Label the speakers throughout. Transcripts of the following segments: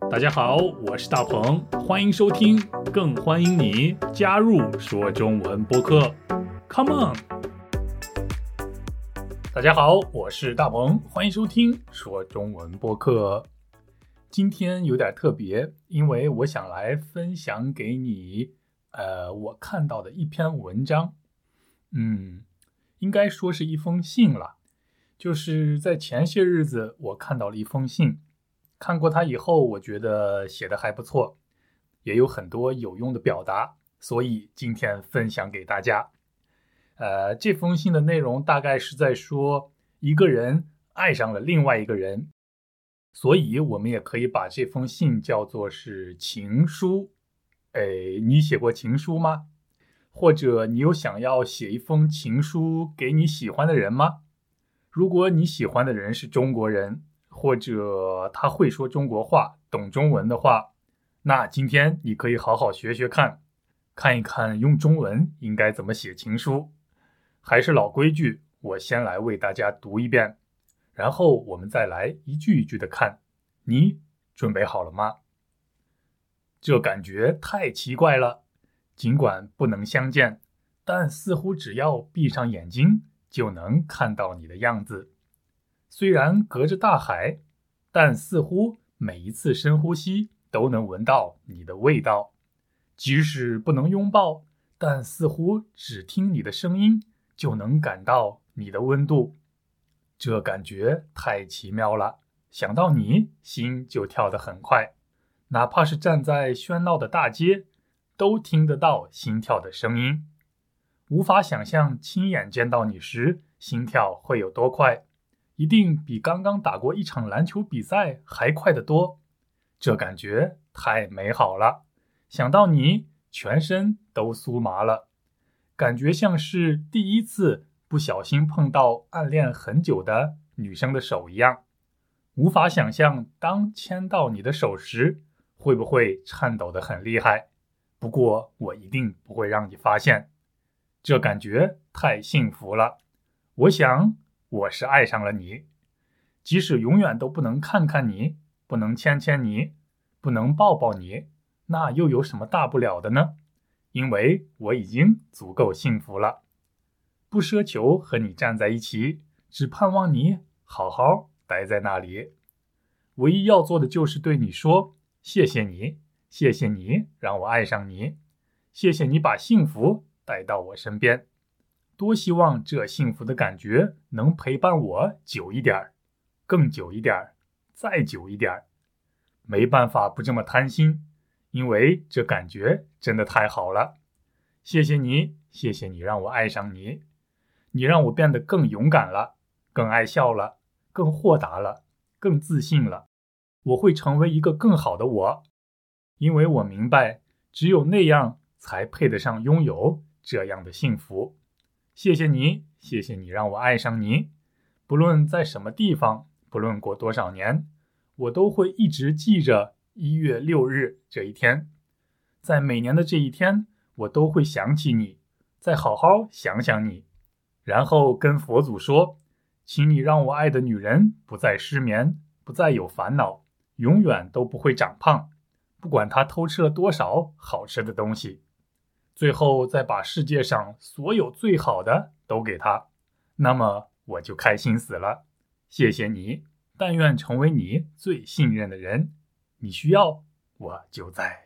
Speaker 1: 大家好，我是大鹏，欢迎收听，更欢迎你加入说中文播客 Come on。 大家好，我是大鹏，欢迎收听说中文播客。今天有点特别，因为我想来分享给你我看到的一篇文章。应该说是一封信了，就是在前些日子我看到了一封信，看过它以后，我觉得写得还不错，也有很多有用的表达，所以今天分享给大家。这封信的内容大概是在说一个人爱上了另外一个人，所以我们也可以把这封信叫做是情书。你写过情书吗？或者你有想要写一封情书给你喜欢的人吗？如果你喜欢的人是中国人，或者他会说中国话，懂中文的话，那今天你可以好好学学看一看用中文应该怎么写情书。还是老规矩，我先来为大家读一遍，然后我们再来一句一句的看。你准备好了吗？这感觉太奇怪了，尽管不能相见，但似乎只要闭上眼睛就能看到你的样子。虽然隔着大海，但似乎每一次深呼吸都能闻到你的味道。即使不能拥抱，但似乎只听你的声音就能感到你的温度。这感觉太奇妙了，想到你，心就跳得很快。哪怕是站在喧闹的大街，都听得到心跳的声音。无法想象亲眼见到你时，心跳会有多快，一定比刚刚打过一场篮球比赛还快得多。这感觉太美好了，想到你，全身都酥麻了，感觉像是第一次不小心碰到暗恋很久的女生的手一样。无法想象当牵到你的手时，会不会颤抖得很厉害，不过我一定不会让你发现。这感觉太幸福了，我想我是爱上了你。即使永远都不能看看你，不能牵牵你，不能抱抱你，那又有什么大不了的呢？因为我已经足够幸福了。不奢求和你站在一起，只盼望你好好待在那里。唯一要做的就是对你说，谢谢你，谢谢你让我爱上你，谢谢你把幸福带到我身边。多希望这幸福的感觉能陪伴我久一点，更久一点，再久一点。没办法不这么贪心，因为这感觉真的太好了。谢谢你，谢谢你让我爱上你，你让我变得更勇敢了，更爱笑了，更豁达了，更自信了。我会成为一个更好的我，因为我明白，只有那样才配得上拥有这样的幸福。谢谢你，谢谢你让我爱上你。不论在什么地方，不论过多少年，我都会一直记着1月6日这一天。在每年的这一天，我都会想起你，再好好想想你，然后跟佛祖说，请你让我爱的女人不再失眠，不再有烦恼，永远都不会长胖，不管她偷吃了多少好吃的东西。最后再把世界上所有最好的都给她，那么我就开心死了。谢谢你，但愿成为你最信任的人，你需要我就在。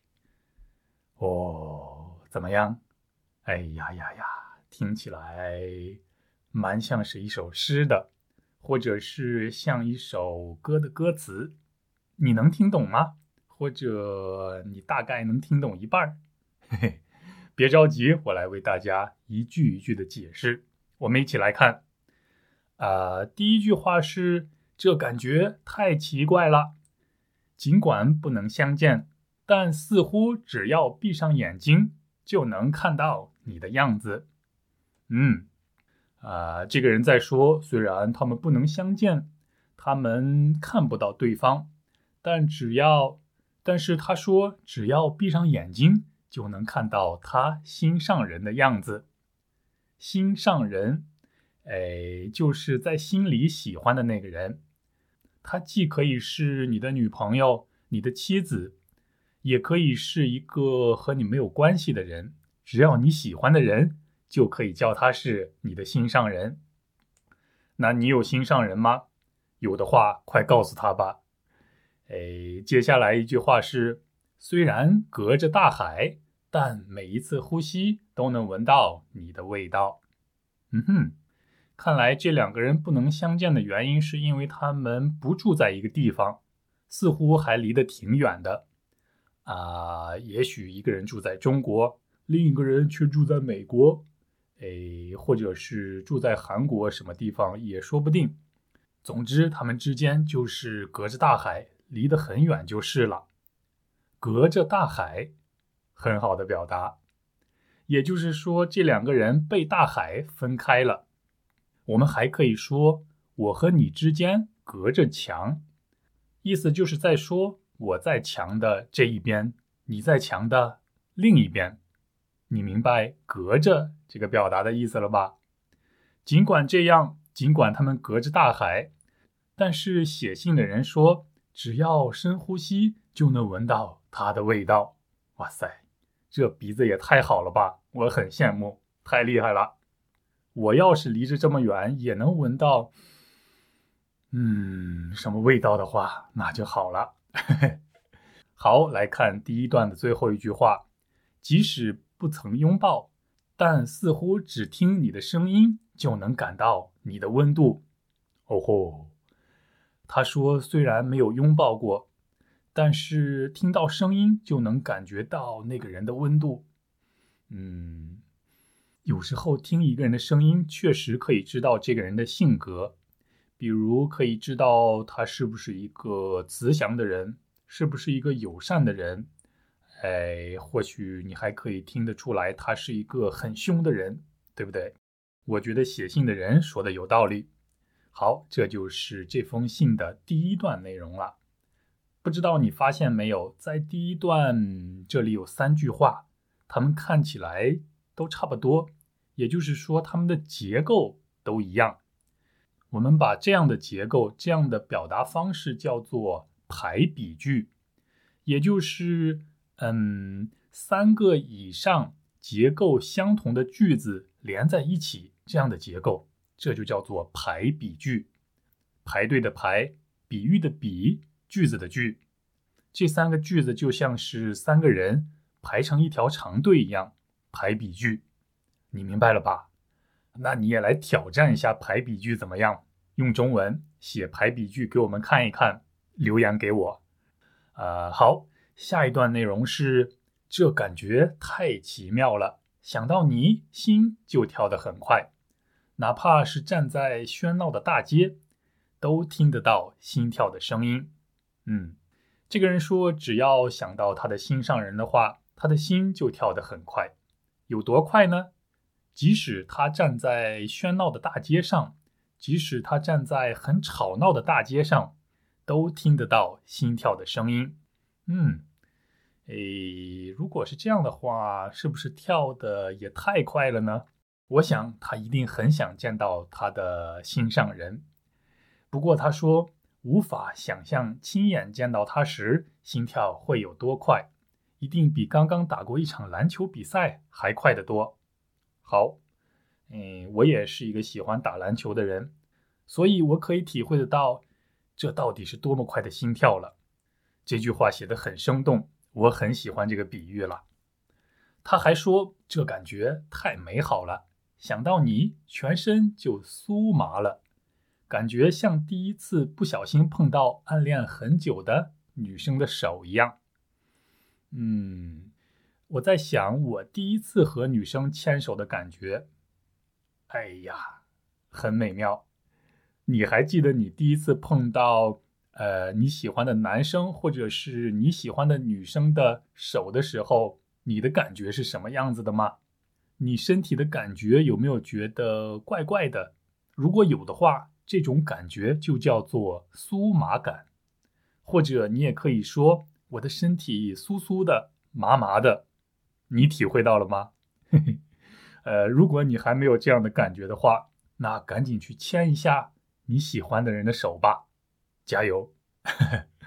Speaker 1: 怎么样？哎呀，听起来蛮像是一首诗的，或者是像一首歌的歌词。你能听懂吗？或者你大概能听懂一半？嘿嘿，别着急，我来为大家一句一句的解释。我们一起来看。第一句话是，这感觉太奇怪了，尽管不能相见，但似乎只要闭上眼睛就能看到你的样子。这个人在说，虽然他们不能相见，他们看不到对方，但是他说，只要闭上眼睛就能看到他心上人的样子。心上人，就是在心里喜欢的那个人。他既可以是你的女朋友， 你的妻子，也可以是一个和你没有关系的人，只要你喜欢的人，就可以叫他是你的心上人。那你有心上人吗？有的话，快告诉他吧。接下来一句话是，虽然隔着大海，但每一次呼吸都能闻到你的味道。看来这两个人不能相见的原因是因为他们不住在一个地方，似乎还离得挺远的。也许一个人住在中国，另一个人却住在美国，或者是住在韩国什么地方也说不定。总之，他们之间就是隔着大海，离得很远就是了。隔着大海，很好的表达。也就是说，这两个人被大海分开了。我们还可以说，我和你之间隔着墙，意思就是在说，我在墙的这一边，你在墙的另一边。你明白隔着这个表达的意思了吧？尽管这样，尽管他们隔着大海，但是写信的人说，只要深呼吸就能闻到它的味道。哇塞，这鼻子也太好了吧，我很羡慕，太厉害了。我要是离着这么远也能闻到什么味道的话，那就好了。好，来看第一段的最后一句话，即使不曾拥抱，但似乎只听你的声音就能感到你的温度。哦吼，他说虽然没有拥抱过，但是听到声音就能感觉到那个人的温度。有时候听一个人的声音确实可以知道这个人的性格，比如可以知道他是不是一个慈祥的人，是不是一个友善的人，或许你还可以听得出来他是一个很凶的人，对不对？我觉得写信的人说的有道理。好，这就是这封信的第一段内容了。不知道你发现没有，在第一段这里有3句话，它们看起来都差不多，也就是说它们的结构都一样。我们把这样的结构，这样的表达方式叫做排比句，也就是3个以上结构相同的句子连在一起，这样的结构，这就叫做排比句。排队的排，比喻的比，句子的句。这3个句子就像是3个人排成一条长队一样，排比句。你明白了吧？那你也来挑战一下排比句怎么样？用中文写排比句给我们看一看，留言给我。好，下一段内容是，这感觉太奇妙了，想到你心就跳得很快，哪怕是站在喧闹的大街，都听得到心跳的声音。这个人说，只要想到他的心上人的话，他的心就跳得很快。有多快呢？即使他站在喧闹的大街上，即使他站在很吵闹的大街上，都听得到心跳的声音。如果是这样的话，是不是跳得也太快了呢？我想他一定很想见到他的心上人。不过他说，无法想象亲眼见到他时心跳会有多快，一定比刚刚打过一场篮球比赛还快得多。好，我也是一个喜欢打篮球的人，所以我可以体会得到这到底是多么快的心跳了。这句话写得很生动，我很喜欢这个比喻了。他还说，这感觉太美好了，想到你全身就酥麻了，感觉像第一次不小心碰到暗恋很久的女生的手一样。我在想我第一次和女生牵手的感觉，哎呀，很美妙。你还记得你第一次碰到你喜欢的男生或者是你喜欢的女生的手的时候，你的感觉是什么样子的吗？你身体的感觉有没有觉得怪怪的？如果有的话，这种感觉就叫做酥麻感。或者你也可以说，我的身体酥酥的、麻麻的。你体会到了吗？如果你还没有这样的感觉的话，那赶紧去牵一下你喜欢的人的手吧，加油！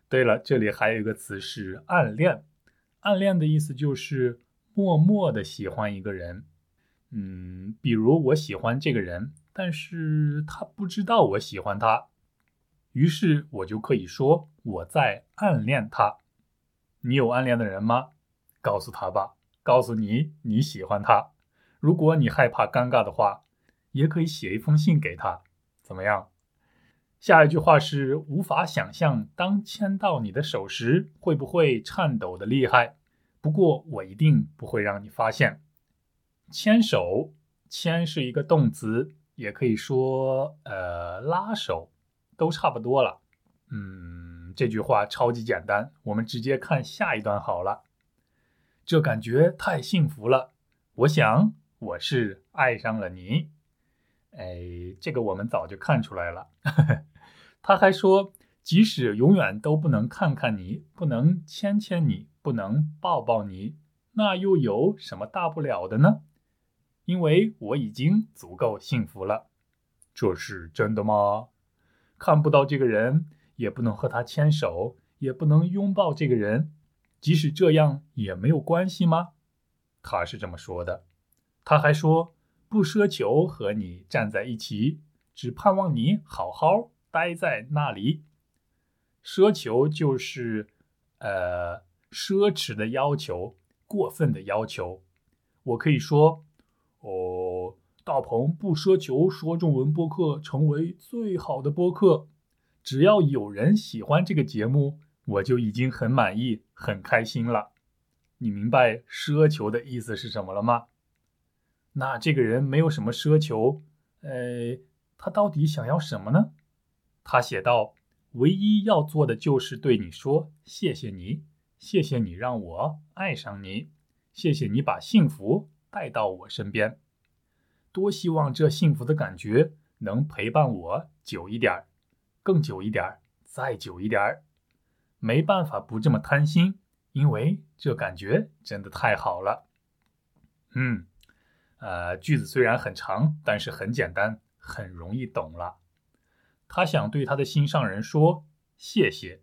Speaker 1: 对了，这里还有一个词是暗恋。暗恋的意思就是默默的喜欢一个人。比如我喜欢这个人，但是他不知道我喜欢他，于是我就可以说我在暗恋他。你有暗恋的人吗？告诉他吧，告诉你喜欢他。如果你害怕尴尬的话，也可以写一封信给他，怎么样？下一句话是无法想象当牵到你的手时会不会颤抖的厉害，不过我一定不会让你发现。牵手，牵是一个动词，也可以说拉手，都差不多了。这句话超级简单，我们直接看下一段好了。这感觉太幸福了，我想我是爱上了你。这个我们早就看出来了。他还说，即使永远都不能看看你，不能牵牵你，不能抱抱你，那又有什么大不了的呢？因为我已经足够幸福了。这是真的吗？看不到这个人，也不能和他牵手，也不能拥抱这个人，即使这样也没有关系吗？他是这么说的。他还说，不奢求和你站在一起，只盼望你好好待在那里。奢求就是奢侈的要求，过分的要求。我可以说，大鹏不奢求说中文播客成为最好的播客，只要有人喜欢这个节目，我就已经很满意很开心了。你明白奢求的意思是什么了吗？那这个人没有什么奢求，他到底想要什么呢？他写道，唯一要做的就是对你说谢谢你，谢谢你让我爱上你，谢谢你把幸福带到我身边。多希望这幸福的感觉能陪伴我久一点，更久一点，再久一点。没办法不这么贪心，因为这感觉真的太好了。句子虽然很长，但是很简单，很容易懂了。他想对他的心上人说谢谢。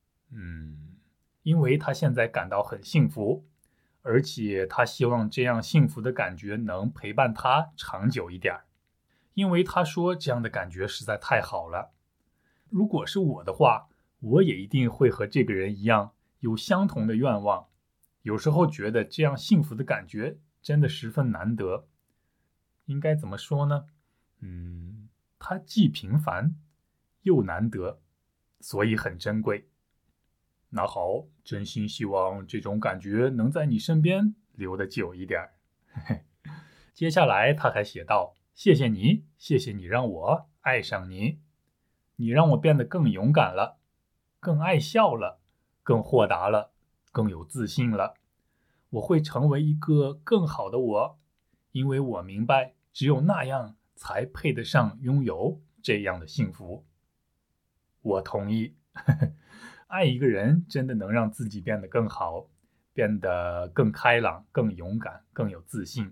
Speaker 1: 因为他现在感到很幸福，而且他希望这样幸福的感觉能陪伴他长久一点，因为他说这样的感觉实在太好了。如果是我的话，我也一定会和这个人一样，有相同的愿望。有时候觉得这样幸福的感觉真的十分难得。应该怎么说呢？它既平凡又难得，所以很珍贵。那好，真心希望这种感觉能在你身边留得久一点。接下来他还写道，谢谢你，谢谢你让我爱上你，你让我变得更勇敢了，更爱笑了，更豁达了，更有自信了。我会成为一个更好的我，因为我明白只有那样才配得上拥有这样的幸福。我同意。爱一个人真的能让自己变得更好，变得更开朗，更勇敢，更有自信。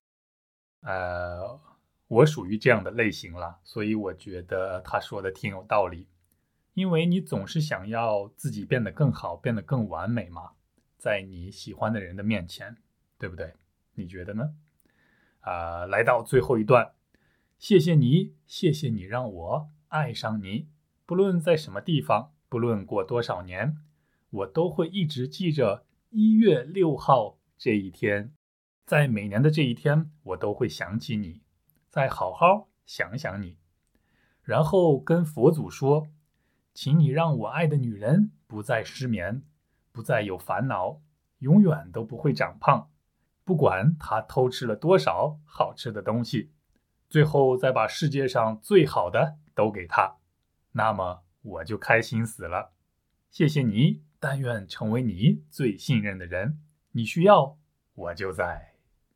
Speaker 1: 我属于这样的类型了，所以我觉得他说的挺有道理。因为你总是想要自己变得更好，变得更完美嘛，在你喜欢的人的面前，对不对？你觉得呢？来到最后一段，谢谢你，谢谢你让我爱上你，不论在什么地方，不论过多少年，我都会一直记着1月6号这一天，在每年的这一天，我都会想起你，再好好想想你，然后跟佛祖说，请你让我爱的女人不再失眠，不再有烦恼，永远都不会长胖，不管她偷吃了多少好吃的东西，最后再把世界上最好的都给她，那么我就开心死了。谢谢你，但愿成为你最信任的人，你需要我就在。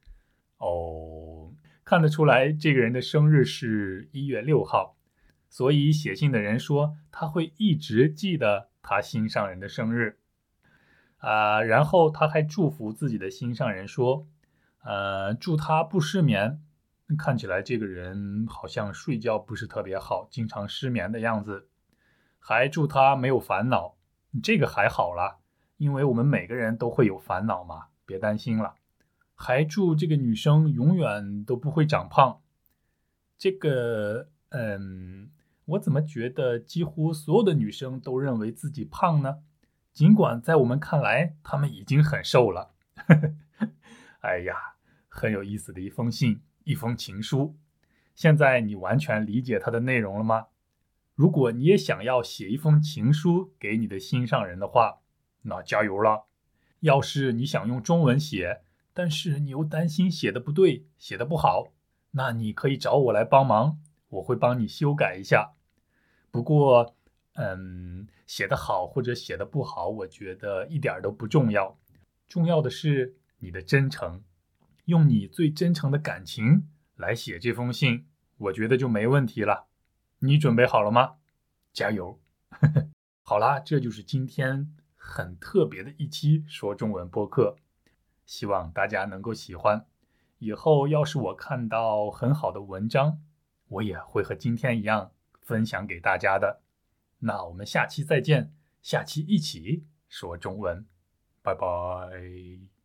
Speaker 1: 看得出来这个人的生日是1月6号，所以写信的人说他会一直记得他心上人的生日。然后他还祝福自己的心上人说，祝他不失眠。看起来这个人好像睡觉不是特别好，经常失眠的样子。还祝他没有烦恼， 这个还好啦，因为我们每个人都会有烦恼嘛，别担心了。还祝这个女生永远都不会长胖。这个，我怎么觉得几乎所有的女生都认为自己胖呢？尽管在我们看来，她们已经很瘦了。哎呀，很有意思的一封信，一封情书。现在你完全理解它的内容了吗？如果你也想要写一封情书给你的心上人的话，那加油了。要是你想用中文写，但是你又担心写的不对，写的不好，那你可以找我来帮忙，我会帮你修改一下。不过，写的好或者写的不好，我觉得一点都不重要。重要的是你的真诚，用你最真诚的感情来写这封信，我觉得就没问题了。你准备好了吗？加油！好啦，这就是今天很特别的一期说中文播客，希望大家能够喜欢。以后要是我看到很好的文章，我也会和今天一样分享给大家的。那我们下期再见，下期一起说中文，拜拜。